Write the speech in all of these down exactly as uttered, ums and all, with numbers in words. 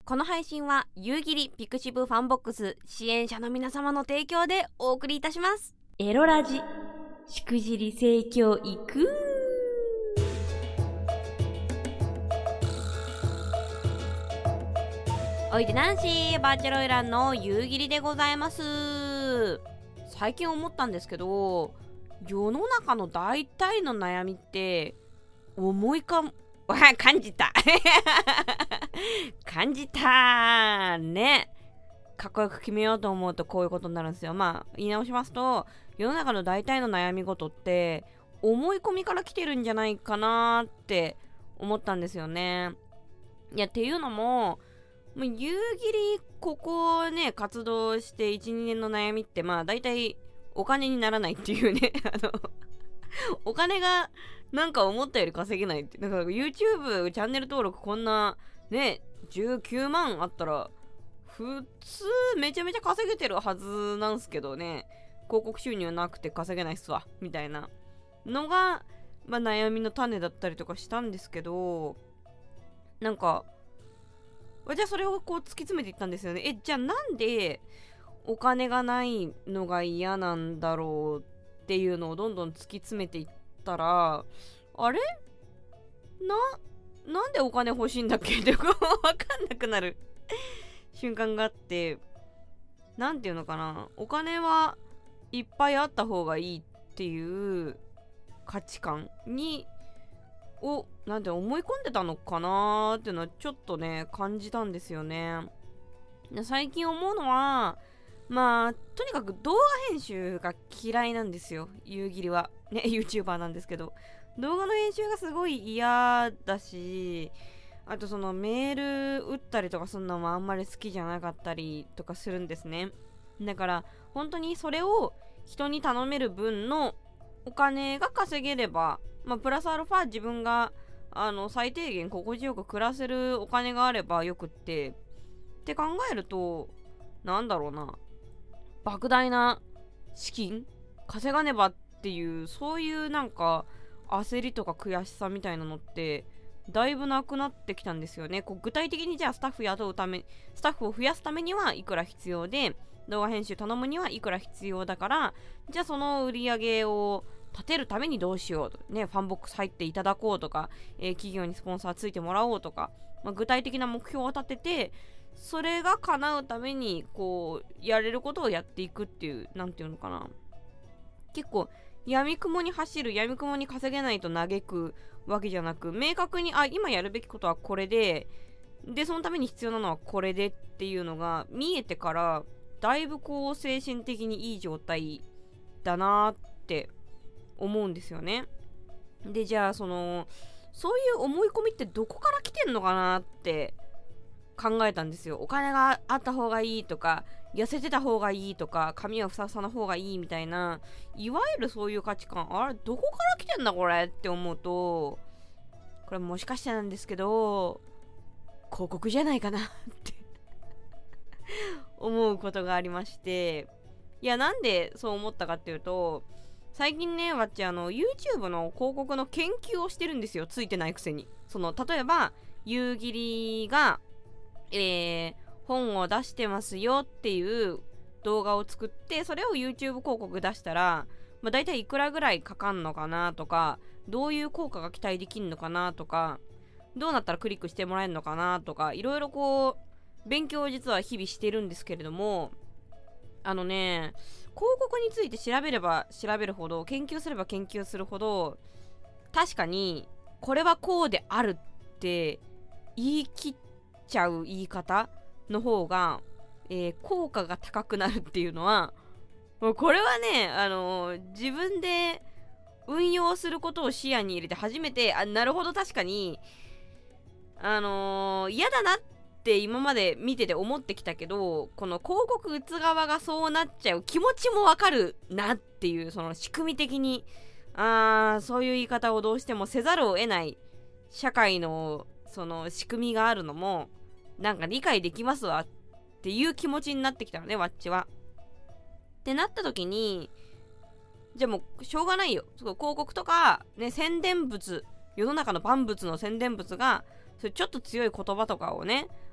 この配信は夕霧ピクシブファンボックス支援者の皆様の提供でお送りいたします。エロラジしくじり性教育。おいでナンシーバーチャルイランの夕霧でございます。最近思ったんですけど、世の中の大体の悩みって思いか感じた感じたね。かっこよく決めようと思うとこういうことになるんですよ。まあ言い直しますと、世の中の大体の悩み事って思い込みから来てるんじゃないかなって思ったんですよね。いやっていうのも、もう夕霧ここね活動して いち,に 年の悩みってまあ大体お金にならないっていうねあのお金がなんか思ったより稼げないって。だから YouTube チャンネル登録こんなねじゅうきゅうまんあったら普通めちゃめちゃ稼げてるはずなんすけどね、広告収入なくて稼げないっすわみたいなのが、まあ、悩みの種だったりとかしたんですけど、なんかじゃあそれをこう突き詰めていったんですよね。えじゃあなんでお金がないのが嫌なんだろうっていうのをどんどん突き詰めていったら、あれな、なんでお金欲しいんだっけってわかんなくなる瞬間があって、なんていうのかな、お金はいっぱいあった方がいいっていう価値観にをなんて思い込んでたのかなーっていうのはちょっとね感じたんですよね。最近思うのは、まあとにかく動画編集が嫌いなんですよ。夕霧はね YouTuber なんですけど、動画の編集がすごい嫌だし、あとそのメール打ったりとかそんなのもあんまり好きじゃなかったりとかするんですね。だから本当にそれを人に頼める分のお金が稼げれば、まあプラスアルファ自分があの最低限心地よく暮らせるお金があればよくってって考えると、なんだろうな、莫大な資金稼がねばっていうそういうなんか焦りとか悔しさみたいなのってだいぶなくなってきたんですよね。こう具体的にじゃあスタッフ雇うためスタッフを増やすためにはいくら必要で、動画編集頼むにはいくら必要だから、じゃあその売り上げを立てるためにどうしようとね、ファンボックス入っていただこうとか、えー、企業にスポンサーついてもらおうとか、まあ、具体的な目標を立ててそれが叶うためにこうやれることをやっていくっていう、なんていうのかな、結構闇雲に走る、闇雲に稼げないと嘆くわけじゃなく、明確にあ今やるべきことはこれででそのために必要なのはこれでっていうのが見えてから、だいぶこう精神的にいい状態だなって思うんですよね。でじゃあそのそういう思い込みってどこから来てんのかなって考えたんですよ。お金があった方がいいとか、痩せてた方がいいとか、髪はふさふさな方がいいみたいな、いわゆるそういう価値観、あれどこから来てんだこれって思うと、これもしかしてなんですけど広告じゃないかなって思うことがありまして、いやなんでそう思ったかっていうと、最近ねわっちあの YouTube の広告の研究をしてるんですよ。ついてないくせに。その例えば夕霧がえー、本を出してますよっていう動画を作って、それを YouTube 広告出したら、まあ、大体いくらぐらいかかんのかなとか、どういう効果が期待できるのかなとか、どうなったらクリックしてもらえるのかなとか、いろいろこう勉強を実は日々してるんですけれども、あのね広告について調べれば調べるほど、研究すれば研究するほど、確かにこれはこうであるって言い切ってちゃう言い方の方が、えー、効果が高くなるっていうのは、もうこれはね、あのー、自分で運用することを視野に入れて初めて、あ、なるほど確かにあのー、嫌だなって今まで見てて思ってきたけど、この広告打つ側がそうなっちゃう気持ちもわかるなっていう、その仕組み的にあーそういう言い方をどうしてもせざるを得ない社会のその仕組みがあるのもなんか理解できますわっていう気持ちになってきたのね、わっちは。ってなった時に、じゃあもうしょうがないよ、広告とかね、宣伝物、世の中の万物の宣伝物がそれちょっと強い言葉とかをね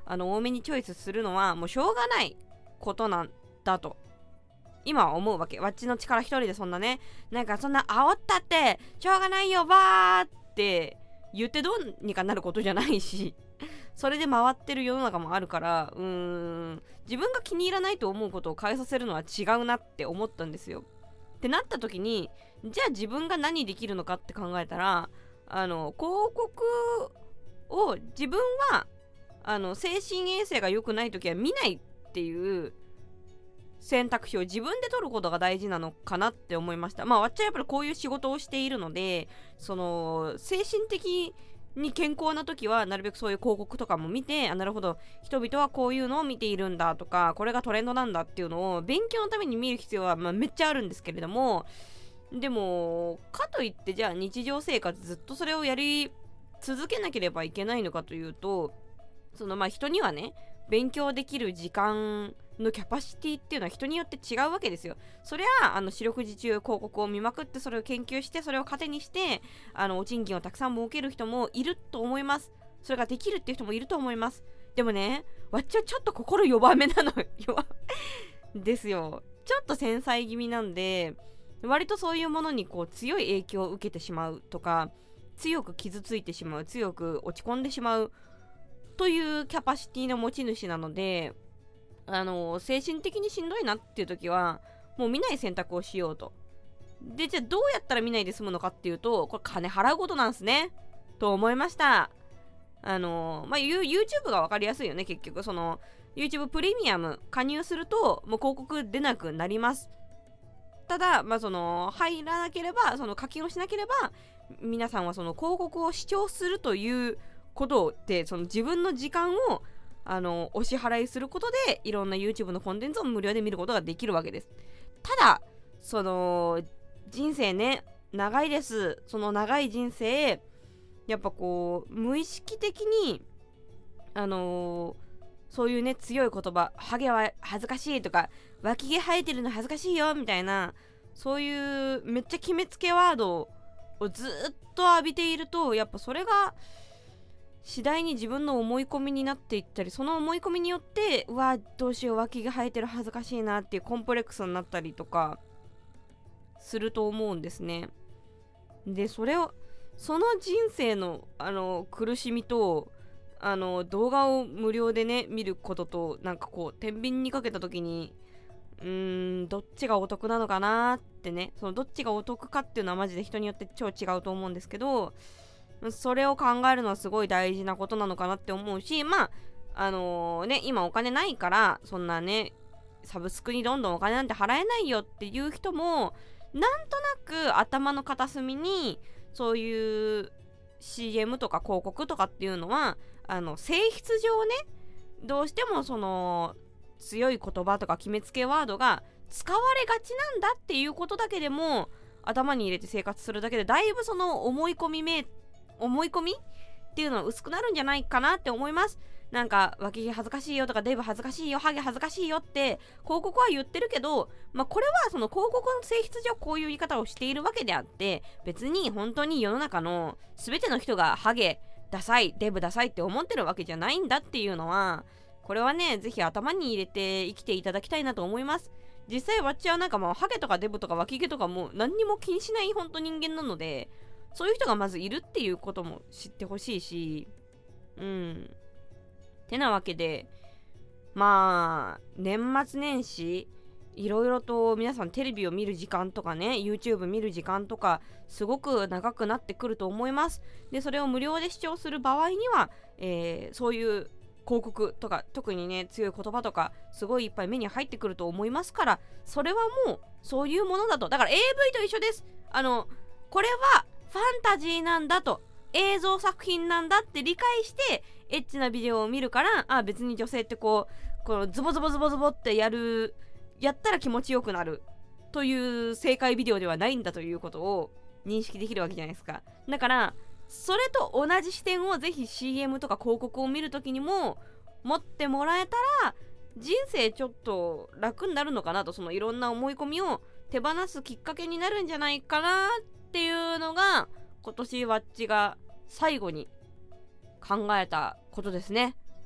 あの多めにチョイスするのはもうしょうがないことなんだと今は思うわけ。わっちの力一人でそんなね、なんかそんな煽ったってしょうがないよばーって言ってどうにかなることじゃないしそれで回ってる世の中もあるから、うーん自分が気に入らないと思うことを変えさせるのは違うなって思ったんですよ。ってなった時に、じゃあ自分が何できるのかって考えたら、あの広告を自分はあの精神衛生が良くない時は見ないっていう選択肢を自分で取ることが大事なのかなって思いました。まあわっちはやっぱりこういう仕事をしているので、その精神的に健康な時はなるべくそういう広告とかも見て、あ、なるほど人々はこういうのを見ているんだとか、これがトレンドなんだっていうのを勉強のために見る必要は、まあ、めっちゃあるんですけれども、でもかといってじゃあ日常生活ずっとそれをやり続けなければいけないのかというと、そのまあ人にはね勉強できる時間のキャパシティっていうのは人によって違うわけですよ。そりゃあの四六時中広告を見まくってそれを研究してそれを糧にしてあのお賃金をたくさん儲ける人もいると思います。それができるっていう人もいると思います。でもね、わっちはちょっと心弱めなの弱ですよ。ちょっと繊細気味なんで、割とそういうものにこう強い影響を受けてしまうとか、強く傷ついてしまう、強く落ち込んでしまうというキャパシティの持ち主なので、あの精神的にしんどいなっていう時はもう見ない選択をしようと。で、じゃあどうやったら見ないで済むのかっていうと、これ金払うことなんですねと思いました。あのまあ YouTube が分かりやすいよね。結局その YouTube プレミアム加入するともう広告出なくなります。ただまあその入らなければ、その課金をしなければ、皆さんはその広告を視聴するということで、その自分の時間をあのお支払いすることでいろんな YouTube のコンテンツを無料で見ることができるわけです。ただその人生ね長いです。その長い人生やっぱこう無意識的にあのー、そういうね強い言葉、ハゲは恥ずかしいとか脇毛生えてるの恥ずかしいよみたいな、そういうめっちゃ決めつけワードをずっと浴びていると、やっぱそれが次第に自分の思い込みになっていったり、その思い込みによってうわどうしよう脇が生えてる恥ずかしいなっていうコンプレックスになったりとかすると思うんですね。でそれをその人生のあの苦しみとあの動画を無料でね見ることと、なんかこう天秤にかけた時にうーんどっちがお得なのかなってね、そのどっちがお得かっていうのはマジで人によって超違うと思うんですけど、それを考えるのはすごい大事なことなのかなって思うし、まああのー、ね今お金ないからそんなねサブスクにどんどんお金なんて払えないよっていう人も、なんとなく頭の片隅にそういう シーエム とか広告とかっていうのはあの性質上ねどうしてもその強い言葉とか決めつけワードが使われがちなんだっていうことだけでも頭に入れて生活するだけでだいぶその思い込みめ思い込みっていうのは薄くなるんじゃないかなって思います。なんか脇毛恥ずかしいよとかデブ恥ずかしいよハゲ恥ずかしいよって広告は言ってるけど、まあこれはその広告の性質上こういう言い方をしているわけであって、別に本当に世の中の全ての人がハゲダサいデブダサいって思ってるわけじゃないんだっていうのは、これはねぜひ頭に入れて生きていただきたいなと思います。実際わっちはなんかもうハゲとかデブとか脇毛とかもう何にも気にしない本当人間なので、そういう人がまずいるっていうことも知ってほしいし、うんてなわけで、まあ年末年始いろいろと皆さんテレビを見る時間とかね YouTube 見る時間とかすごく長くなってくると思います。でそれを無料で視聴する場合には、えー、そういう広告とか特にね強い言葉とかすごいいっぱい目に入ってくると思いますから、それはもうそういうものだと。だから エーブイ と一緒です。あのこれはファンタジーなんだと、映像作品なんだって理解してエッチなビデオを見るから、あ別に女性ってこうこのズボズボズボズボってやるやったら気持ちよくなるという正解ビデオではないんだということを認識できるわけじゃないですか。だからそれと同じ視点をぜひ シーエム とか広告を見るときにも持ってもらえたら人生ちょっと楽になるのかなと、そのいろんな思い込みを手放すきっかけになるんじゃないかなっていうのが今年わっちが最後に考えたことですね。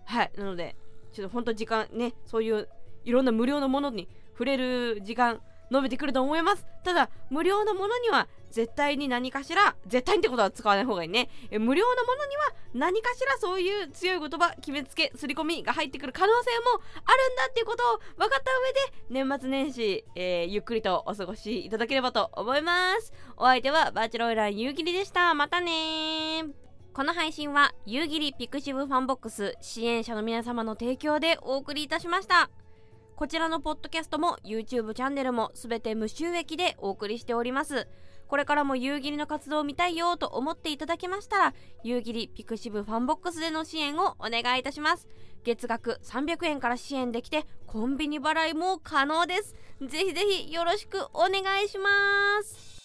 はい、なのでちょっとほんと時間ね、そういういろんな無料のものに触れる時間伸びてくると思います。ただ無料のものには絶対に何かしら、絶対にってことは使わない方がいいね。え無料のものには何かしらそういう強い言葉、決めつけ、刷り込みが入ってくる可能性もあるんだっていうことを分かった上で、年末年始、えー、ゆっくりとお過ごしいただければと思います。お相手はバーチャルオイラー夕霧でした。またねー。この配信は夕霧ピクシブファンボックス支援者の皆様の提供でお送りいたしました。こちらのポッドキャストも YouTube チャンネルもすべて無収益でお送りしております。これからも夕霧の活動を見たいよと思っていただけましたら、夕霧ピクシブファンボックスでの支援をお願いいたします。月額さんびゃくえんから支援できて、コンビニ払いも可能です。ぜひぜひよろしくお願いします。